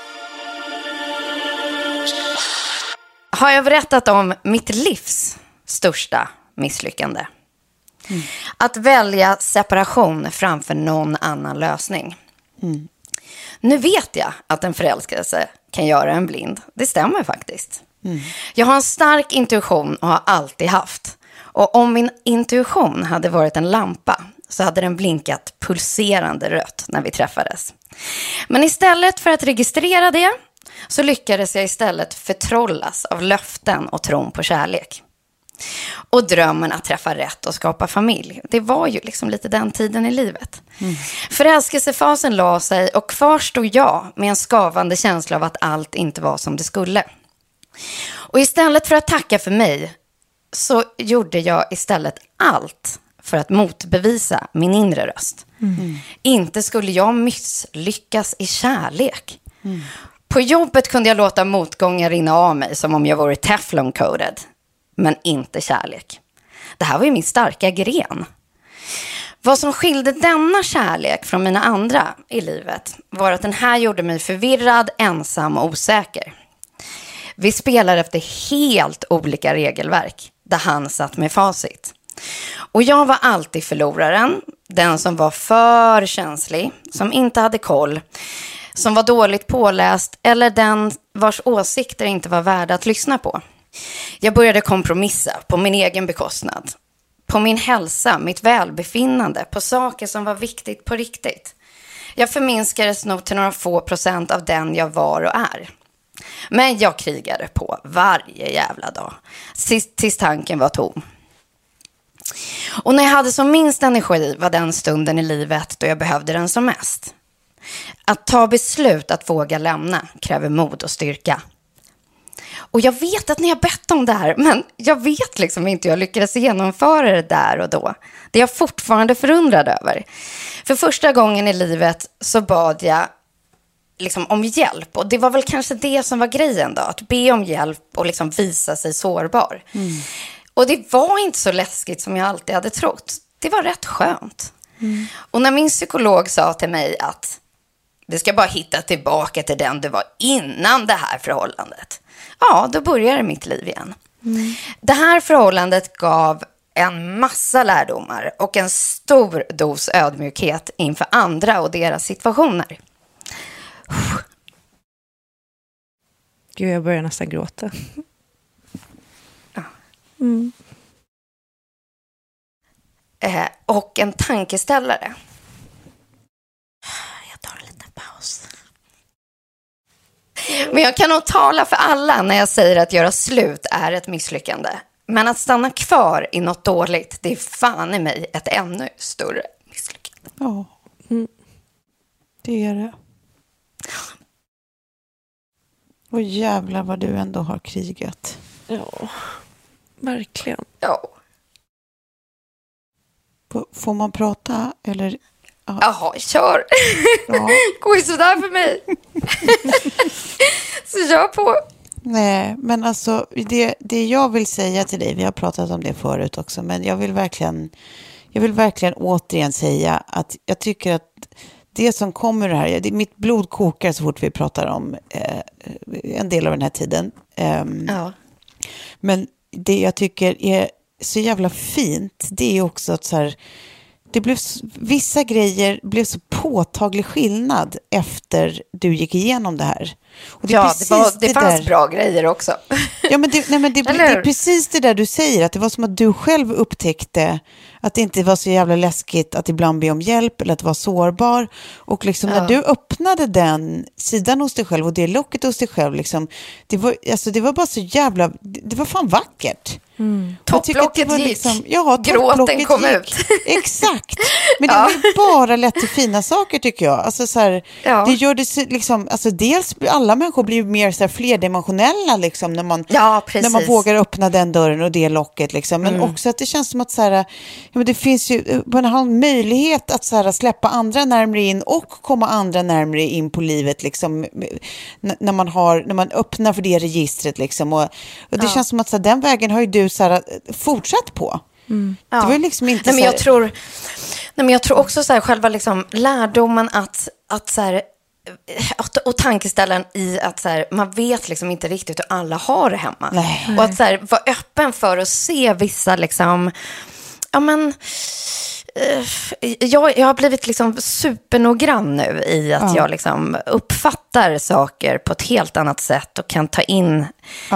Har jag berättat om mitt livs största misslyckande? Att välja separation framför någon annan lösning. Nu vet jag att en förälskelse kan göra en blind. Det stämmer faktiskt. Jag har en stark intuition och har alltid haft. Och om min intuition hade varit en lampa så hade den blinkat pulserande rött när vi träffades. Men istället för att registrera det så lyckades jag istället förtrollas av löften och tron på kärlek. Och drömmen att träffa rätt och skapa familj. Det var ju liksom lite den tiden i livet. Förälskelsefasen la sig och kvar stod jag med en skavande känsla av att allt inte var som det skulle. Och istället för att tacka för mig så gjorde jag istället allt för att motbevisa min inre röst. Inte skulle jag misslyckas i kärlek. På jobbet kunde jag låta motgångar rinna av mig som om jag vore Teflon-coded. Men inte kärlek. Det här var ju min starka gren. Vad som skilde denna kärlek från mina andra i livet var att den här gjorde mig förvirrad, ensam och osäker. Vi spelade efter helt olika regelverk där han satt med facit. Och jag var alltid förloraren, den som var för känslig, som inte hade koll, som var dåligt påläst eller den vars åsikter inte var värda att lyssna på. Jag började kompromissa på min egen bekostnad. På min hälsa, mitt välbefinnande, på saker som var viktigt på riktigt. Jag förminskades nog till några få procent av den jag var och är. Men jag krigade på varje jävla dag. Tills tanken var tom. Och när jag hade som minst energi var den stunden i livet då jag behövde den som mest. Att ta beslut att våga lämna kräver mod och styrka. Och jag vet att ni har bett om det här, men jag vet liksom inte hur jag lyckades genomföra det där och då. Det är jag fortfarande förundrad över. För första gången i livet så bad jag liksom om hjälp. Och det var väl kanske det som var grejen då. Att be om hjälp och liksom visa sig sårbar. Och det var inte så läskigt som jag alltid hade trott. Det var rätt skönt. Och när min psykolog sa till mig att du ska bara hitta tillbaka till den du var innan det här förhållandet. Ja, då började mitt liv igen. Det här förhållandet gav en massa lärdomar och en stor dos ödmjukhet inför andra och deras situationer. Gud, jag börjar nästan gråta. Ja. Och en tankeställare. Jag tar en liten paus. Men jag kan nog tala för alla när jag säger att göra slut är ett misslyckande. Men att stanna kvar i något dåligt, det är fan i mig ett ännu större misslyckande. Ja, det är det. Och jävlar vad du ändå har krigat. Ja, verkligen. Ja. Får man prata eller? Jaha, kör. Ja. Går ju sådär för mig. Så kör på. Nej, men alltså det jag vill säga till dig, vi har pratat om det förut också, men jag vill verkligen återigen säga att jag tycker att det som kommer här, mitt blod kokar så fort vi pratar om en del av den här tiden. Ja. Men det jag tycker är så jävla fint, det är också att så här, vissa grejer blev så påtaglig skillnad efter du gick igenom det här. Och det det fanns bra grejer också. Ja, men det är precis det där du säger, att det var som att du själv upptäckte att det inte var så jävla läskigt att ibland be om hjälp eller att vara sårbar. Och liksom när du öppnade den sidan hos dig själv och det locket hos dig själv, liksom, det var bara så jävla, det var fan vackert. Topplocket gick, liksom, gråten kom ut. Exakt. Men det var bara lätt till fina saker tycker jag. Alltså så här, det gör det liksom, alltså dels alla människor blir mer så här flerdimensionella liksom när man vågar öppna den dörren och det locket liksom. Men också att det känns som att så här, men det finns ju, man har en möjlighet att så här, släppa andra närmare in och komma andra närmare in på livet liksom, när man öppnar för det registret liksom. Och det känns som att så här, den vägen har ju du så här, fortsatt på. Det var liksom inte men jag tror också så här, själva liksom lärdomen att så här, och tankeställen i att så här, man vet liksom inte riktigt hur alla har det hemma. Nej. Och att så här, vara öppen för att se vissa liksom, ja men jag har blivit liksom supernoggrann nu i att jag liksom uppfattar saker på ett helt annat sätt och kan ta in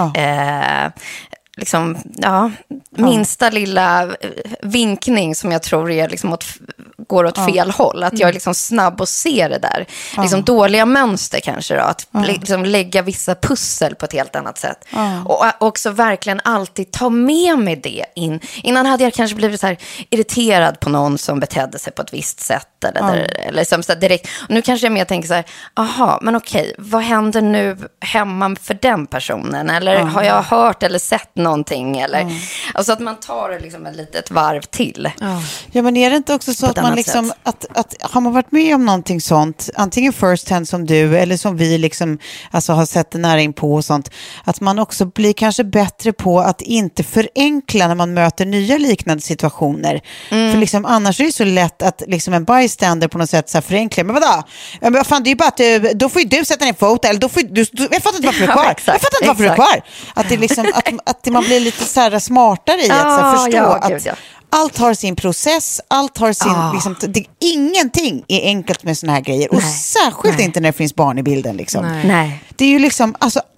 liksom, minsta lilla vinkning som jag tror är liksom går åt fel håll. Att jag är liksom snabb och ser det där. Liksom dåliga mönster kanske då. Att liksom lägga vissa pussel på ett helt annat sätt. Och också verkligen alltid ta med mig det in. Innan hade jag kanske blivit så här irriterad på någon som betedde sig på ett visst sätt. Eller som så direkt. Och nu kanske jag mer tänker så här, aha, men okej, vad händer nu hemma för den personen? Eller har jag hört eller sett någonting? Eller, alltså att man tar det liksom ett litet varv till. Ja, men är det inte också så att man liksom, att har man varit med om någonting sånt, antingen first hand som du eller som vi liksom, alltså har sett det nära in på och sånt, att man också blir kanske bättre på att inte förenkla när man möter nya liknande situationer. För liksom, annars är det så lätt att liksom en bystander på något sätt så här förenklar. Men vadå? Men vad fan, det är ju bara att då får ju du sätta ner fot, eller då får du, jag fattar inte varför du är kvar. Jag fattar inte varför du är kvar. Att det liksom, att man blir lite så här smartare i att så här, förstå att allt har sin process, allt har sin liksom, ingenting är enkelt med såna här grejer. Och särskilt inte när det finns barn i bilden liksom. Nej. Det är ju liksom, alltså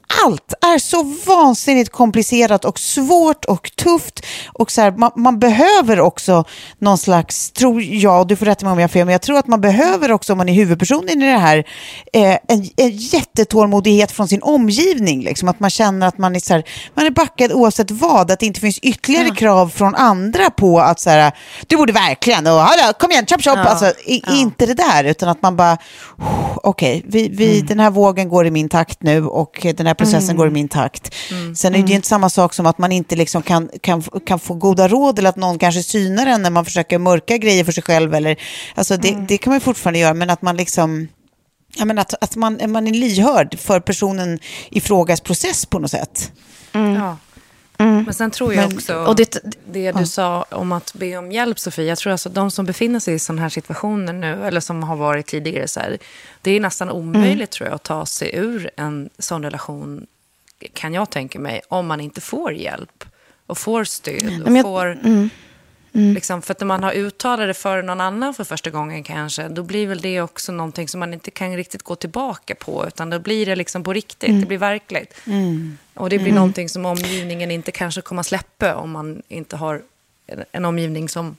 allt är så vansinnigt komplicerat och svårt och tufft. Och så här, man behöver också någon slags, tror jag, du får rätta mig om jag har fel, men jag tror att man behöver också, om man är huvudpersonen i det här, en jättetålmodighet från sin omgivning. Liksom. Att man känner att man är, så här, man är backad oavsett vad, att det inte finns ytterligare krav från andra på att så här, du borde verkligen, och hallå, kom igen, chop. Alltså, inte det där, utan att man bara, okej, den här vågen går i min takt nu och den här processen går i min takt. Sen är det ju inte samma sak som att man inte liksom kan få goda råd, eller att någon kanske synar en när man försöker mörka grejer för sig själv, eller, alltså det kan man ju fortfarande göra, men att man liksom, jag menar, att man är lyhörd för personen i frågas process på något sätt. Ja. Men sen tror jag också, och det du sa om att be om hjälp, Sofie, jag tror alltså de som befinner sig i sådana här situationer nu, eller som har varit tidigare så här, det är nästan omöjligt tror jag att ta sig ur en sån relation, kan jag tänka mig, om man inte får hjälp och får stöd och får liksom, för att när man har uttalat det för någon annan för första gången kanske, då blir väl det också någonting som man inte kan riktigt gå tillbaka på, utan då blir det liksom på riktigt, det blir verkligt. Och det blir någonting som omgivningen inte kanske kommer att släppa, om man inte har en omgivning som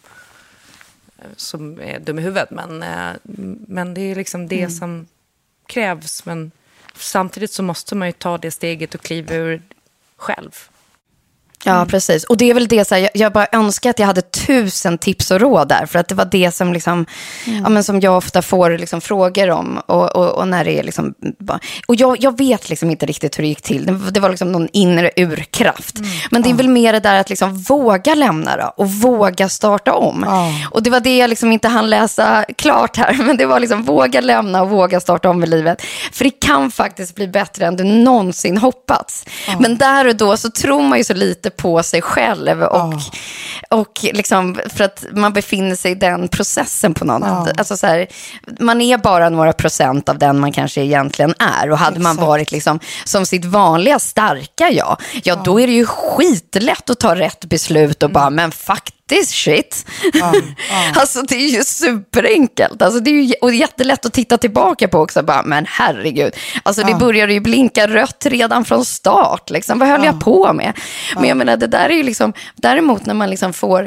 är dum i huvudet, men det är liksom det som krävs, men samtidigt så måste man ju ta det steget och kliva ur själv. Ja, precis. Och det är väl det så här, jag bara önskar att jag hade 1000 tips och råd där, för att det var det som liksom, ja, men som jag ofta får liksom frågor om, och när det är liksom, och jag vet liksom inte riktigt hur det gick till. Det var liksom någon inre urkraft. Men det är väl mer det där att liksom våga lämna då, och våga starta om. Och det var det jag liksom inte hann läsa klart här, men det var liksom våga lämna och våga starta om i livet. För det kan faktiskt bli bättre än du någonsin hoppats. Men där och då så tror man ju så lite på sig själv, och liksom, för att man befinner sig i den processen på något sätt. Alltså så här, man är bara några procent av den man kanske egentligen är, och hade man varit liksom som sitt vanliga starka då är det ju skitlätt att ta rätt beslut och bara, men faktiskt shit. Alltså det är ju superenkelt. Alltså det är ju, och jättelätt att titta tillbaka på också, bara, men herregud. Alltså det började ju blinka rött redan från start liksom. Vad höll jag på med? Men jag menar, det där är ju liksom, däremot när man liksom får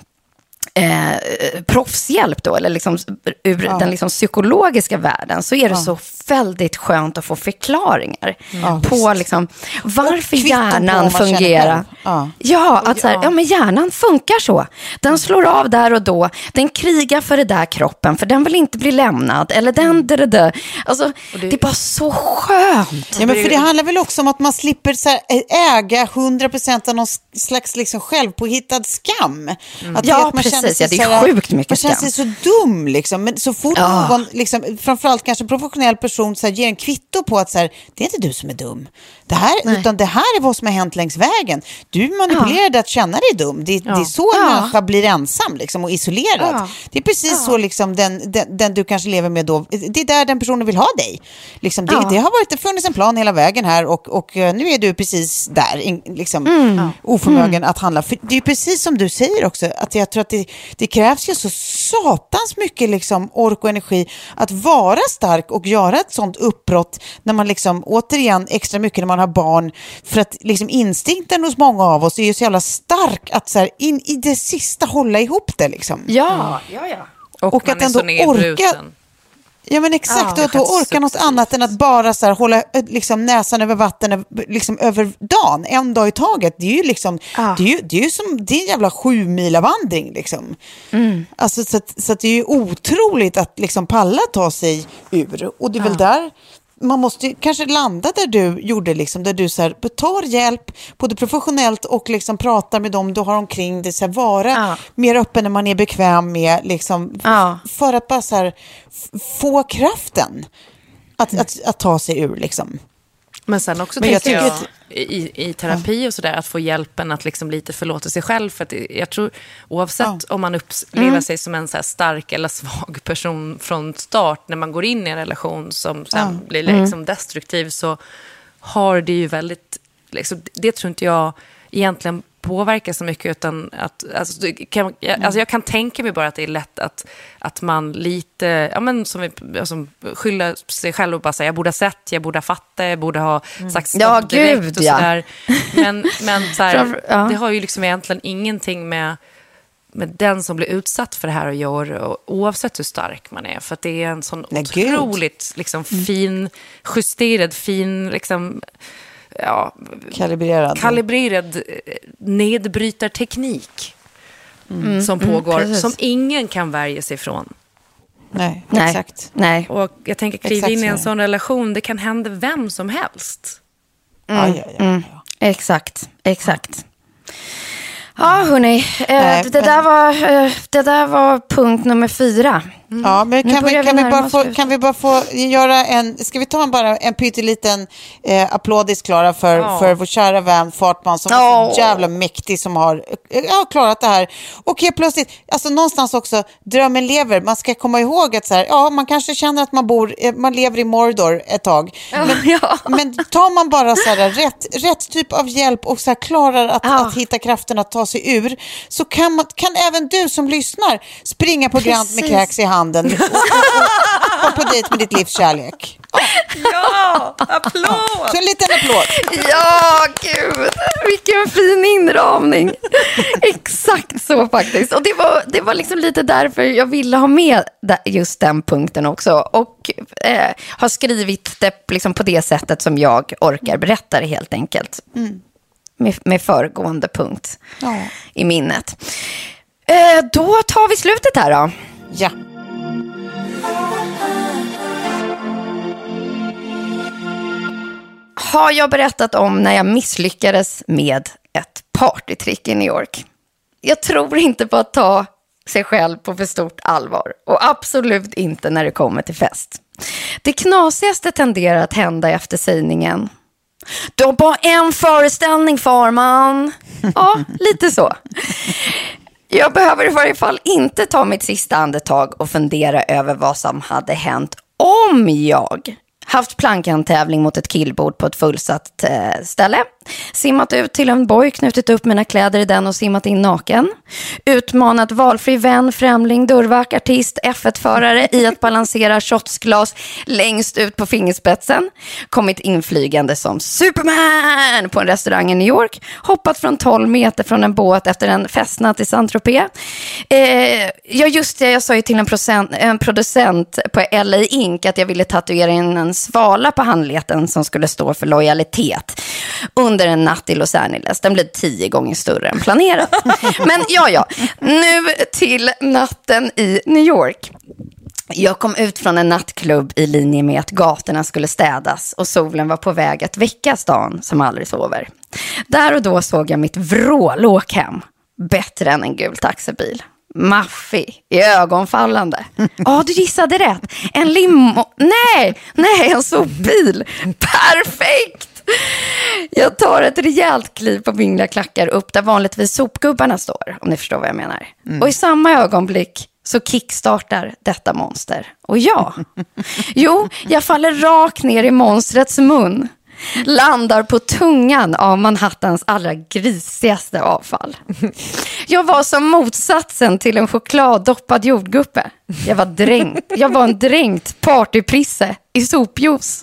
proffshjälp då, eller liksom ur den liksom psykologiska världen, så är det så väldigt skönt att få förklaringar på liksom varför hjärnan fungerar. Att så här, men hjärnan funkar så. Den slår av där och då. Den krigar för det där kroppen, för den vill inte bli lämnad, eller den alltså det är bara så skönt. Ja, men för det handlar väl också om att man slipper så här, äga 100% av någon slags liksom självpåhittad skam. Att man precis. Ja, det är sjukt mycket man känner sig så dum liksom. Men så fort någon liksom, framförallt kanske professionell person så här, ger en kvitto på att så här, det är inte du som är dum. Utan det här är vad som har hänt längs vägen. Du manipulerade att känna dig dum. Det är så en människa blir ensam liksom, och isolerad. Det är precis så liksom, den du kanske lever med då. Det är där den personen vill ha dig. Liksom, det har funnits en plan hela vägen här, och nu är du precis där liksom, oförmögen att handla. För det är precis som du säger också, att jag tror att det krävs ju så satans mycket liksom, ork och energi att vara stark och göra ett sånt uppbrott när man liksom, återigen extra mycket när man har barn, för att liksom, instinkten hos många av oss är ju så jävla stark att så här, in i det sista hålla ihop det liksom. Och att ändå orka. Ja, men exakt, och att då orka något annat än att bara så här, hålla liksom, näsan över vatten liksom, över dagen, en dag i taget. Det är ju liksom, det är ju som, det är en jävla 7-mila vandring liksom. Alltså, så att det är ju otroligt att liksom palla ta sig ur. Och det är väl där man måste kanske landa där du gjorde liksom, där du så här, tar hjälp både professionellt och liksom pratar med dem du har omkring dig, så här, vara mer öppen när man är bekväm med liksom, för att bara så här, få kraften att ta sig ur liksom. Men sen också tänker jag i terapi och sådär, att få hjälpen att liksom lite förlåta sig själv, för att jag tror oavsett om man upplever sig som en så här stark eller svag person från start, när man går in i en relation som sen blir liksom destruktiv, så har det ju väldigt liksom, det tror inte jag egentligen påverka så mycket, utan att jag kan tänka mig bara att det är lätt att man lite skyller sig själv och bara säga jag borde ha sett, jag borde ha fattat, jag borde ha sagt stopp direkt och sådär. Men så här, det har ju liksom egentligen ingenting med den som blir utsatt för det här att göra, oavsett hur stark man är, för att det är en sån otroligt liksom fin justerad, fin liksom kalibrerad nedbrytarteknik som pågår, som ingen kan värja sig från. Nej, exakt. Nej. Och jag tänker kliva in i en sån relation, det kan hända vem som helst. Exakt. Ja, hörni, det där var punkt nummer 4. Ja, men kan vi bara få göra ska vi ta bara en pytteliten applådis, Klara, för vår kära vän Fartman som är så jävla mäktig, som har klarat det här. Och helt plötsligt, alltså någonstans också, drömmen lever. Man ska komma ihåg att så här, man kanske känner att man lever i Mordor ett tag. Men tar man bara så här rätt typ av hjälp och så här klarar att hitta kraften att ta sig ur, så kan även du som lyssnar springa på Grand med kräks i handen och på dejt med ditt livs kärlek. Ja, applåd! Så en liten applåd. Ja, gud, vilken fin inramning. Exakt så faktiskt. Och det var liksom lite därför jag ville ha med just den punkten också. Och har skrivit det liksom på det sättet som jag orkar berätta det, helt enkelt. Med föregående punkt i minnet. Då tar vi slutet här då. Ja. Har jag berättat om när jag misslyckades med ett partytrick i New York? Jag tror inte på att ta sig själv på för stort allvar. Och absolut inte när det kommer till fest. Det knasigaste tenderar att hända efter sägningen: "Du har bara en föreställning, Farman." Ja, lite så. Jag behöver i varje fall inte ta mitt sista andetag och fundera över vad som hade hänt om jag haft plankantävling mot ett killbord på ett fullsatt ställe, simmat ut till en boy, knutit upp mina kläder i den och simmat in naken, utmanat valfri vän, främling, dörrvakt, artist, F1-förare i att balansera shotsglas längst ut på fingerspetsen, kommit inflygande som Superman på en restaurang i New York, hoppat från 12 meter från en båt efter en festnatt i Saint-Tropez. Jag sa ju till en producent på LA Inc. att jag ville tatuera in en svala på handleden som skulle stå för lojalitet under en natt i Los Angeles. Den blev 10 gånger större än planerat. Men nu till natten i New York. Jag kom ut från en nattklubb i linje med att gatorna skulle städas och solen var på väg att väcka stan som aldrig sover. Där och då såg jag mitt vrålåk hem. Bättre än en gul taxibil. Maffig, ögonfallande. Du gissade rätt. En limo... Nej, en sopbil. Perfekt! Jag tar ett rejält kliv på mina klackar upp där vanligtvis sopgubbarna står, om ni förstår vad jag menar. Och i samma ögonblick så kickstartar detta monster. Och jag faller rakt ner i monstrets mun. Landar på tungan av Manhattans allra grisigaste avfall. Jag var som motsatsen till en chokladdoppad jordgubbe. Jag var en dränkt partyprisse i sopjuice.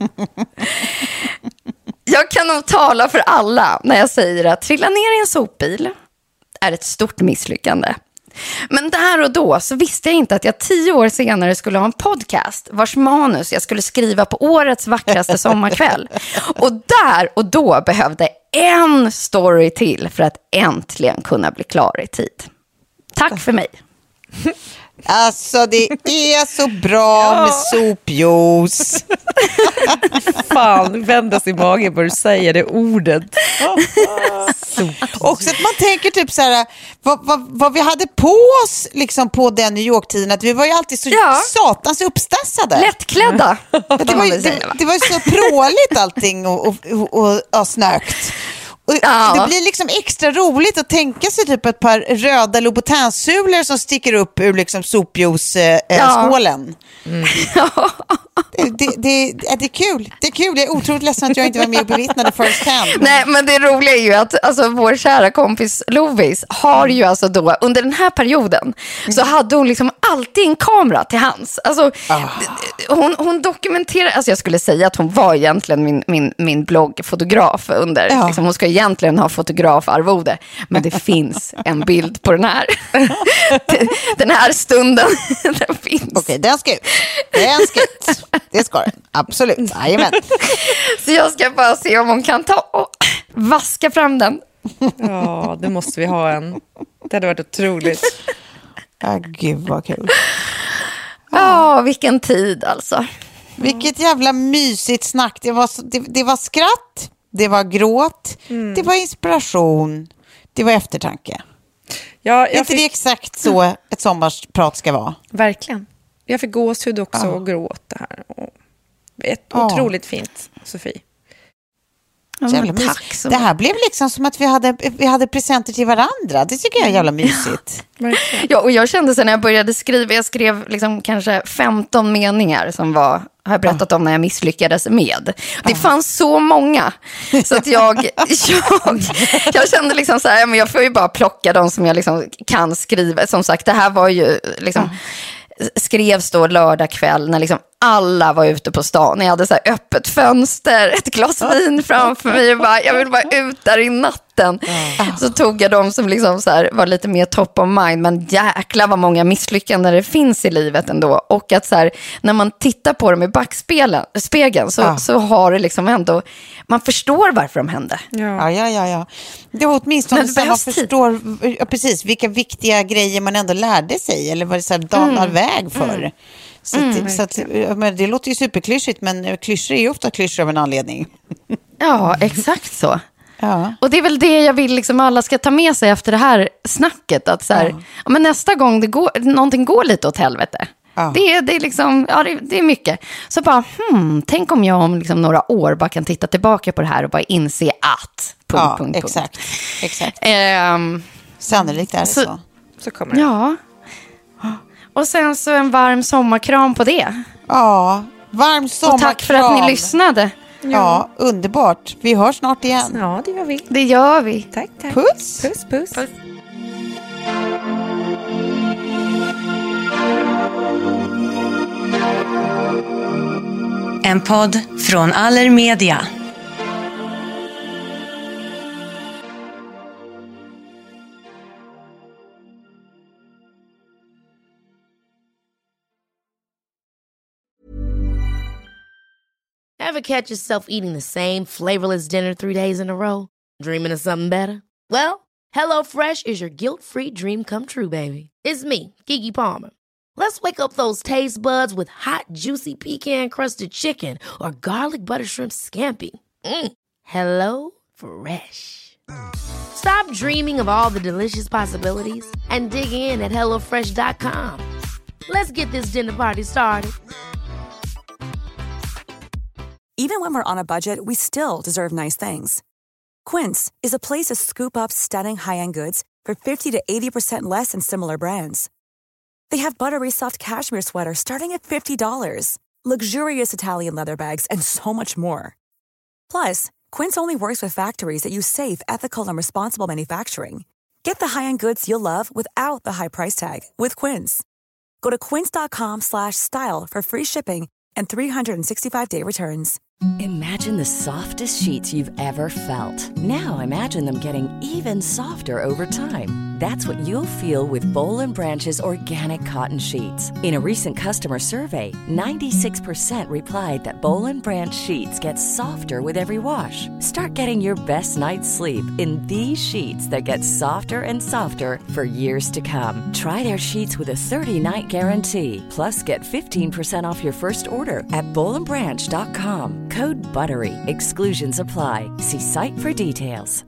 Jag kan nog tala för alla när jag säger att trilla ner i en sopbil är ett stort misslyckande. Men där och då så visste jag inte att jag 10 år senare skulle ha en podcast vars manus jag skulle skriva på årets vackraste sommarkväll. Och där och då behövde en story till för att äntligen kunna bli klar i tid. Tack för mig. Alltså det är så bra med sopjuice. Fan, vändas i magen när du säger det ordet. Också att man tänker typ så här, vad vi hade på oss liksom på den New York-tiden, att vi var ju alltid så satans uppstassade. Lättklädda. Det var ju så pråligt allting och snökt. Det blir liksom extra roligt att tänka sig typ ett par röda Louboutin-sulor som sticker upp ur liksom sopjuice-skålen. Det är kul. Det är kul. Jag är otroligt ledsen att jag inte var med och bevittnade first hand. Nej, men det roliga är ju att alltså, vår kära kompis Lovis har ju alltså då under den här perioden så hade hon liksom alltid en kamera till hands. Alltså, hon dokumenterar, alltså jag skulle säga att hon var egentligen min bloggfotograf under, liksom, hon ska egentligen ha fotografarvode, men det finns en bild på den här stunden. Den finns. Okej, den ska ut. Det ska den, absolut. Jajamän. Så jag ska bara se om hon kan ta och vaska fram den. Ja, det måste vi ha en. Det hade varit otroligt. Gud vad kul. Vilken tid alltså. Vilket jävla mysigt snack. Det var skratt, det var gråt, det var inspiration, det var eftertanke. Inte det exakt så ett sommarsprat ska vara? Verkligen. Jag fick gåshud också och gråt det här. Otroligt fint, Sofie. Tack så. Det här blev liksom som att vi hade presenter till varandra. Det tycker jag är jävla mysigt. Ja, och jag kände sen när jag började skriva, jag skrev liksom kanske 15 meningar som har jag berättat om när jag misslyckades med. Det fanns så många. Så att jag kände liksom så här, men jag får ju bara plocka de som jag liksom kan skriva. Som sagt, det här var ju liksom skrevs då lördag kväll när liksom alla var ute på stan. Jag hade så här öppet fönster, ett glas vin framför mig och bara, jag vill bara ut där i natten. Så tog jag dem som liksom så här var lite mer top of mind, men jäkla vad många misslyckanden det finns i livet ändå. Och att så här, när man tittar på dem i backspegeln så har det liksom ändå, man förstår varför de hände. Ja. Det var åtminstone så man förstår precis vilka viktiga grejer man ändå lärde sig eller vad det så här danar väg för. Så att, men det låter ju superklyschigt, men klyschor är ju ofta klyschor av en anledning. Ja, exakt så. Ja. Och det är väl det jag vill liksom alla ska ta med sig efter det här snacket. Att så här, men nästa gång någonting går lite åt helvete. Det är liksom, det är mycket. Så bara, tänk om jag om liksom några år bara kan titta tillbaka på det här och bara inse att... Exakt. Sannolikt är det så. Så kommer det. Ja. Och sen så en varm sommarkram på det. Ja, varm sommarkram. Och tack för att ni lyssnade. Ja, underbart. Vi hörs snart igen. Ja, det gör vi. Det gör vi. Tack. Puss. Puss. En podd från Allermedia. Ever catch yourself eating the same flavorless dinner 3 days in a row? Dreaming of something better? Well, HelloFresh is your guilt-free dream come true, baby. It's me, Keke Palmer. Let's wake up those taste buds with hot, juicy pecan-crusted chicken or garlic butter shrimp scampi. Hello Fresh. Stop dreaming of all the delicious possibilities and dig in at HelloFresh.com. Let's get this dinner party started. Even when we're on a budget, we still deserve nice things. Quince is a place to scoop up stunning high-end goods for 50 to 80% less than similar brands. They have buttery soft cashmere sweaters starting at $50, luxurious Italian leather bags, and so much more. Plus, Quince only works with factories that use safe, ethical, and responsible manufacturing. Get the high-end goods you'll love without the high price tag with Quince. Go to quince.com/style for free shipping and 365-day returns. Imagine the softest sheets you've ever felt. Now imagine them getting even softer over time. That's what you'll feel with Boll & Branch's organic cotton sheets. In a recent customer survey, 96% replied that Boll & Branch sheets get softer with every wash. Start getting your best night's sleep in these sheets that get softer and softer for years to come. Try their sheets with a 30-night guarantee. Plus, get 15% off your first order at bollandbranch.com. Code BUTTERY. Exclusions apply. See site for details.